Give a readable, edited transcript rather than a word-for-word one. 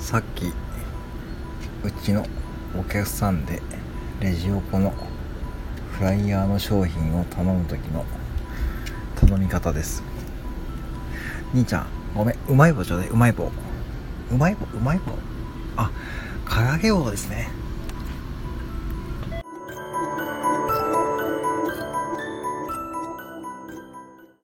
さっきうちのお客さんでレジ横のフライヤーの商品を頼む時の頼み方です。兄ちゃんごめん、うまい棒ちょうだい。うまい棒あ、唐揚げ棒ですね。